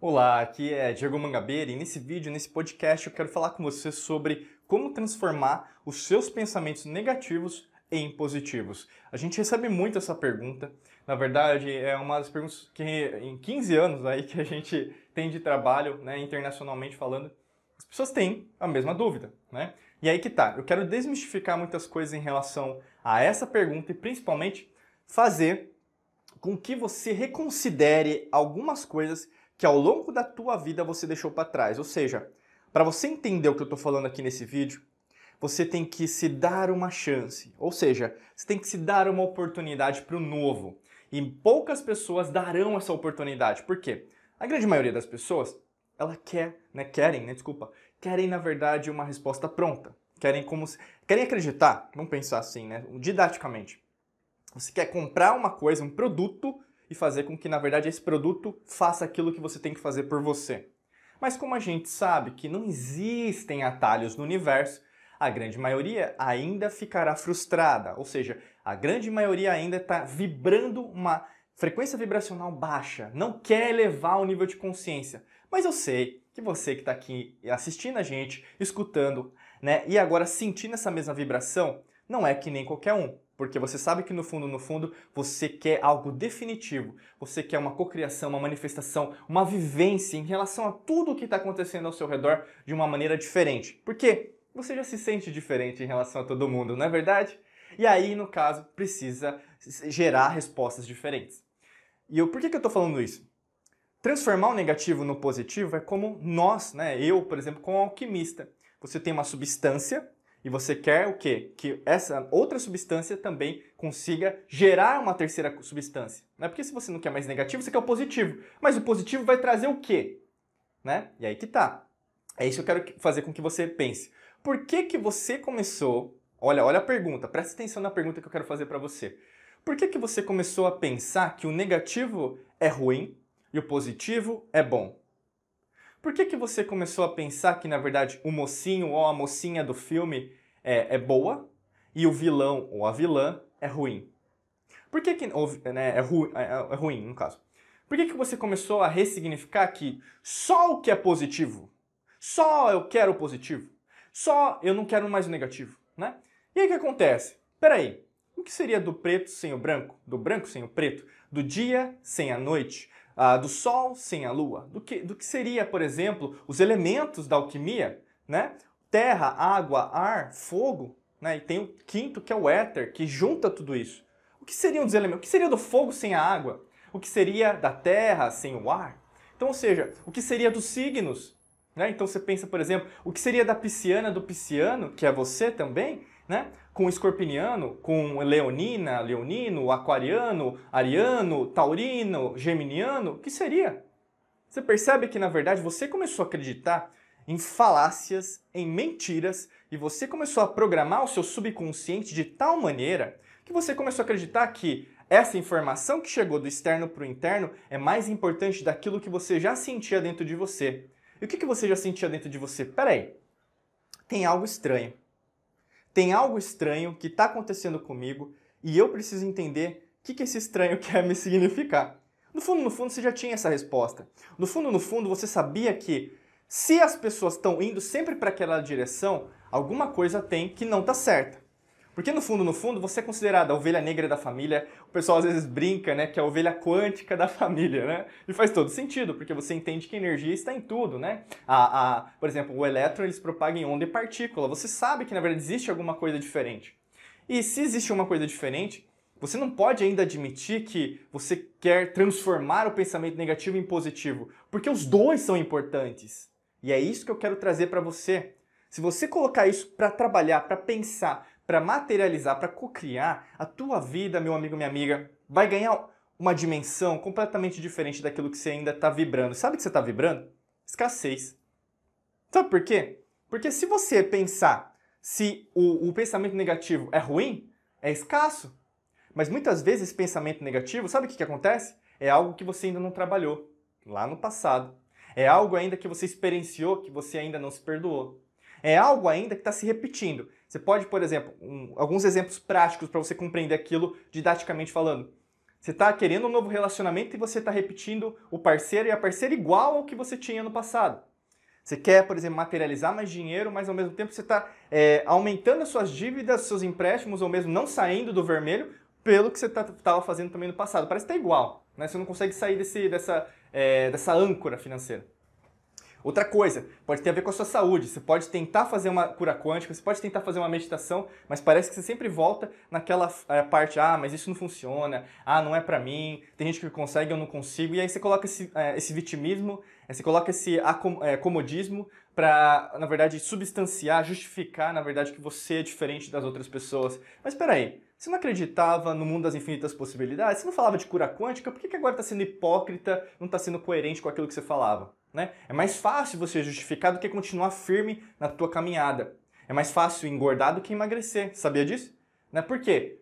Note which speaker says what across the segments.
Speaker 1: Olá, aqui é Diego Mangabeira e nesse vídeo, nesse podcast, eu quero falar com você sobre como transformar os seus pensamentos negativos em positivos. A gente recebe muito essa pergunta, na verdade é uma das perguntas que em 15 anos aí que a gente tem de trabalho, né, internacionalmente falando, as pessoas têm a mesma dúvida, né? E aí que tá, eu quero desmistificar muitas coisas em relação a essa pergunta e principalmente fazer com que você reconsidere algumas coisas que ao longo da tua vida você deixou para trás. Ou seja, para você entender o que eu estou falando aqui nesse vídeo, você tem que se dar uma chance. Ou seja, você tem que se dar uma oportunidade para o novo. E poucas pessoas darão essa oportunidade. Por quê? A grande maioria das pessoas, ela querem na verdade uma resposta pronta. Querem acreditar, vamos pensar assim, né, didaticamente. Você quer comprar uma coisa, um produto, e fazer com que, na verdade, esse produto faça aquilo que você tem que fazer por você. Mas como a gente sabe que não existem atalhos no universo, a grande maioria ainda ficará frustrada. Ou seja, a grande maioria ainda está vibrando uma frequência vibracional baixa, não quer elevar o nível de consciência. Mas eu sei que você que está aqui assistindo a gente, escutando, né, e agora sentindo essa mesma vibração, não é que nem qualquer um. Porque você sabe que no fundo, você quer algo definitivo. Você quer uma cocriação, uma manifestação, uma vivência em relação a tudo o que está acontecendo ao seu redor de uma maneira diferente. Por quê? Você já se sente diferente em relação a todo mundo, não é verdade? E aí, no caso, precisa gerar respostas diferentes. Por que eu estou falando isso? Transformar o negativo no positivo é como nós, né? Eu, por exemplo, como alquimista. Você tem uma substância e você quer o quê? Que essa outra substância também consiga gerar uma terceira substância. Não é porque se você não quer mais negativo, você quer o positivo. Mas o positivo vai trazer o quê? Né? E aí que tá. É isso que eu quero fazer com que você pense. Por que você começou... Olha a pergunta, presta atenção na pergunta que eu quero fazer para você. Por que você começou a pensar que o negativo é ruim e o positivo é bom? Por que você começou a pensar que, na verdade, o mocinho ou a mocinha do filme é boa e o vilão ou a vilã é ruim? Por que né, é ruim, no caso? Por que você começou a ressignificar que só o que é positivo, só eu quero o positivo, só eu não quero mais o negativo, né? E aí o que acontece? Peraí, o que seria do preto sem o branco? Do branco sem o preto? Do dia sem a noite? Do Sol sem a Lua, do que seria, por exemplo, os elementos da alquimia, né? Terra, água, ar, fogo, né? E tem o quinto que é o éter, que junta tudo isso. O que seriam os elementos? O que seria do fogo sem a água? O que seria da terra sem o ar? Então, ou seja, o que seria dos signos? Né? Então você pensa, por exemplo, o que seria da pisciana, do pisciano, que é você também, né? Com o escorpiniano, com leonina, leonino, aquariano, ariano, taurino, geminiano, o que seria? Você percebe que, na verdade, você começou a acreditar em falácias, em mentiras, e você começou a programar o seu subconsciente de tal maneira que você começou a acreditar que essa informação que chegou do externo para o interno é mais importante daquilo que você já sentia dentro de você. E o que você já sentia dentro de você? Peraí, tem algo estranho. Tem algo estranho que está acontecendo comigo e eu preciso entender o que esse estranho quer me significar. No fundo, você já tinha essa resposta. No fundo, você sabia que se as pessoas estão indo sempre para aquela direção, alguma coisa tem que não está certa. Porque no fundo, você é considerada a ovelha negra da família. O pessoal às vezes brinca, né, que é a ovelha quântica da família, né? E faz todo sentido, porque você entende que a energia está em tudo, né? Por exemplo, o elétron ele se propaga em onda e partícula. Você sabe que na verdade existe alguma coisa diferente. E se existe uma coisa diferente, você não pode ainda admitir que você quer transformar o pensamento negativo em positivo, porque os dois são importantes. E é isso que eu quero trazer para você. Se você colocar isso para trabalhar, para pensar, para materializar, para cocriar, a tua vida, meu amigo, minha amiga, vai ganhar uma dimensão completamente diferente daquilo que você ainda está vibrando. Sabe o que você está vibrando? Escassez. Sabe por quê? Porque se você pensar se o pensamento negativo é ruim, é escasso. Mas muitas vezes esse pensamento negativo, sabe o que acontece? É algo que você ainda não trabalhou lá no passado. É algo ainda que você experienciou que você ainda não se perdoou. É algo ainda que está se repetindo. Você pode, por exemplo, alguns exemplos práticos para você compreender aquilo didaticamente falando. Você está querendo um novo relacionamento e você está repetindo o parceiro e a parceira igual ao que você tinha no passado. Você quer, por exemplo, materializar mais dinheiro, mas ao mesmo tempo você está aumentando as suas dívidas, seus empréstimos, ou mesmo não saindo do vermelho pelo que você estava fazendo também no passado. Parece que está igual, né? Você não consegue sair dessa âncora financeira. Outra coisa, pode ter a ver com a sua saúde. Você pode tentar fazer uma cura quântica, você pode tentar fazer uma meditação, mas parece que você sempre volta naquela parte, mas isso não funciona, não é pra mim, tem gente que consegue, eu não consigo, e aí você coloca esse vitimismo, você coloca esse comodismo pra, na verdade, substanciar, justificar, na verdade, que você é diferente das outras pessoas. Mas peraí, você não acreditava no mundo das infinitas possibilidades? Você não falava de cura quântica? Por que agora está sendo hipócrita, não está sendo coerente com aquilo que você falava? Né? É mais fácil você justificar do que continuar firme na tua caminhada. É mais fácil engordar do que emagrecer. Sabia disso? Né? Por quê?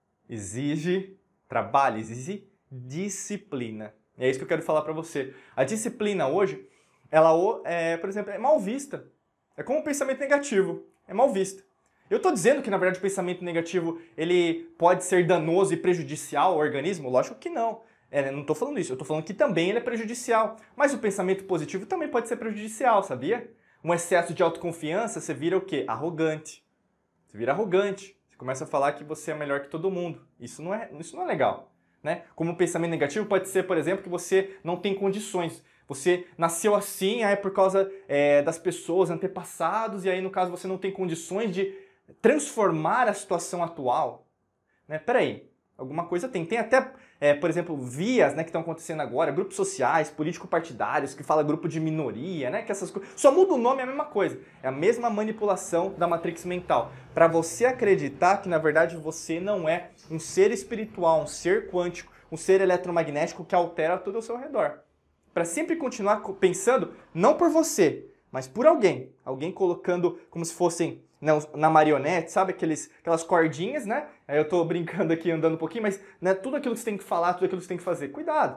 Speaker 1: Exige trabalho, exige disciplina. E é isso que eu quero falar para você. A disciplina hoje, ela, por exemplo, é mal vista. É como o pensamento negativo. É mal vista. Eu estou dizendo que, na verdade, o pensamento negativo ele pode ser danoso e prejudicial ao organismo? Lógico que não. Não estou falando isso, eu estou falando que também ele é prejudicial. Mas o pensamento positivo também pode ser prejudicial, sabia? Um excesso de autoconfiança, você vira o quê? Arrogante. Você vira arrogante. Você começa a falar que você é melhor que todo mundo. Isso não é legal. Né? Como o pensamento negativo pode ser, por exemplo, que você não tem condições. Você nasceu assim, é por causa das pessoas, antepassados, e aí, no caso, você não tem condições de transformar a situação atual. Né? Peraí, alguma coisa tem. Tem até, por exemplo, vias, né, que estão acontecendo agora, grupos sociais, político-partidários, que fala grupo de minoria, né, que essas coisas. Só muda o nome, é a mesma coisa. É a mesma manipulação da matrix mental. Para você acreditar que, na verdade, você não é um ser espiritual, um ser quântico, um ser eletromagnético que altera tudo ao seu redor. Para sempre continuar pensando, não por você, mas por alguém. Alguém colocando como se fossem na marionete, sabe? Aquelas cordinhas, né? Aí eu tô brincando aqui, andando um pouquinho, mas né, tudo aquilo que você tem que falar, tudo aquilo que você tem que fazer. Cuidado!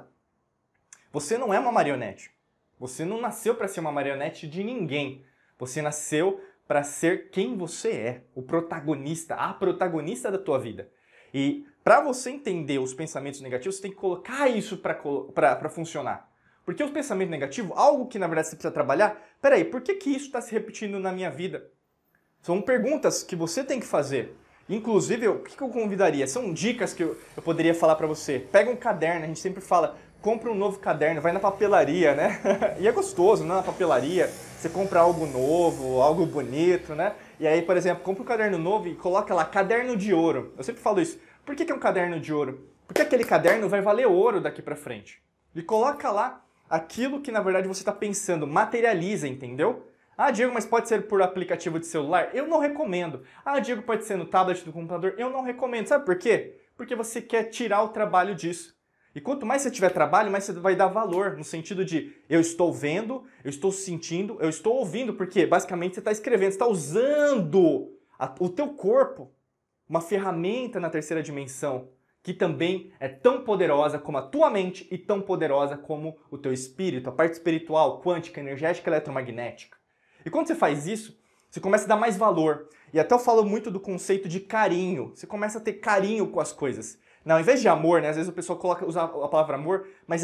Speaker 1: Você não é uma marionete. Você não nasceu para ser uma marionete de ninguém. Você nasceu para ser quem você é. O protagonista, a protagonista da tua vida. E para você entender os pensamentos negativos, você tem que colocar isso para funcionar. Porque o pensamento negativo, algo que na verdade você precisa trabalhar, peraí, por que isso está se repetindo na minha vida? São perguntas que você tem que fazer. Inclusive, o que eu convidaria? São dicas que eu poderia falar para você. Pega um caderno, a gente sempre fala, compra um novo caderno, vai na papelaria, né? E é gostoso, né? Na papelaria, você compra algo novo, algo bonito, né? E aí, por exemplo, compra um caderno novo e coloca lá, caderno de ouro. Eu sempre falo isso. Por que é um caderno de ouro? Porque aquele caderno vai valer ouro daqui para frente. E coloca lá aquilo que, na verdade, você está pensando. Materializa, entendeu? Diego, mas pode ser por aplicativo de celular? Eu não recomendo. Diego, pode ser no tablet do computador? Eu não recomendo. Sabe por quê? Porque você quer tirar o trabalho disso. E quanto mais você tiver trabalho, mais você vai dar valor, no sentido de eu estou vendo, eu estou sentindo, eu estou ouvindo, porque basicamente você está escrevendo, você está usando o teu corpo, uma ferramenta na terceira dimensão, que também é tão poderosa como a tua mente e tão poderosa como o teu espírito, a parte espiritual, quântica, energética, eletromagnética. E quando você faz isso, você começa a dar mais valor. E até eu falo muito do conceito de carinho. Você começa a ter carinho com as coisas. Não, ao invés de amor, né? Às vezes o pessoal usa a palavra amor, mas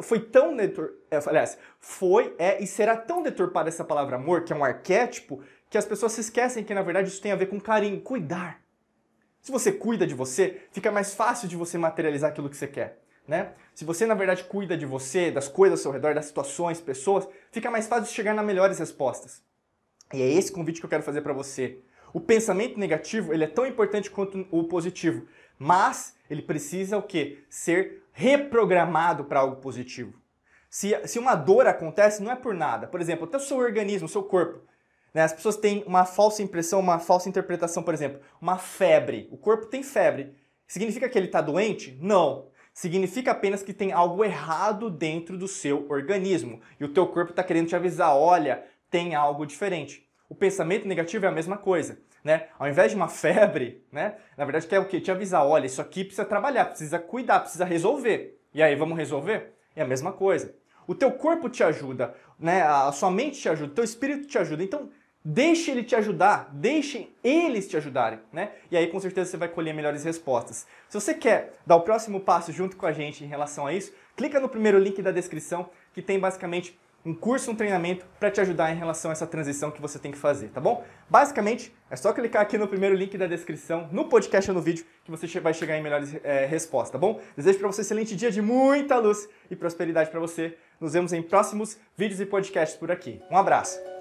Speaker 1: foi e será tão deturpada essa palavra amor, que é um arquétipo, que as pessoas se esquecem que, na verdade, isso tem a ver com carinho, cuidar. Se você cuida de você, fica mais fácil de você materializar aquilo que você quer. Né? Se você, na verdade, cuida de você, das coisas ao seu redor, das situações, pessoas, fica mais fácil de chegar nas melhores respostas. E é esse convite que eu quero fazer para você. O pensamento negativo, ele é tão importante quanto o positivo, mas ele precisa o quê? Ser reprogramado para algo positivo. Se uma dor acontece, não é por nada. Por exemplo, até o seu organismo, o seu corpo. Né? As pessoas têm uma falsa impressão, uma falsa interpretação, por exemplo, uma febre. O corpo tem febre. Significa que ele está doente? Não. Significa apenas que tem algo errado dentro do seu organismo. E o teu corpo está querendo te avisar, olha, tem algo diferente. O pensamento negativo é a mesma coisa, né? Ao invés de uma febre, né? Na verdade quer o quê? Te avisar, olha, isso aqui precisa trabalhar, precisa cuidar, precisa resolver. E aí, vamos resolver? É a mesma coisa. O teu corpo te ajuda, né? A sua mente te ajuda, o teu espírito te ajuda. Então, Deixe ele te ajudar, deixe eles te ajudarem, né? E aí com certeza você vai colher melhores respostas. Se você quer dar o próximo passo junto com a gente em relação a isso, clica no primeiro link da descrição, que tem basicamente um curso, um treinamento para te ajudar em relação a essa transição que você tem que fazer, tá bom? Basicamente, é só clicar aqui no primeiro link da descrição, no podcast ou no vídeo, que você vai chegar em melhores respostas, tá bom? Desejo para você um excelente dia de muita luz e prosperidade para você. Nos vemos em próximos vídeos e podcasts por aqui. Um abraço!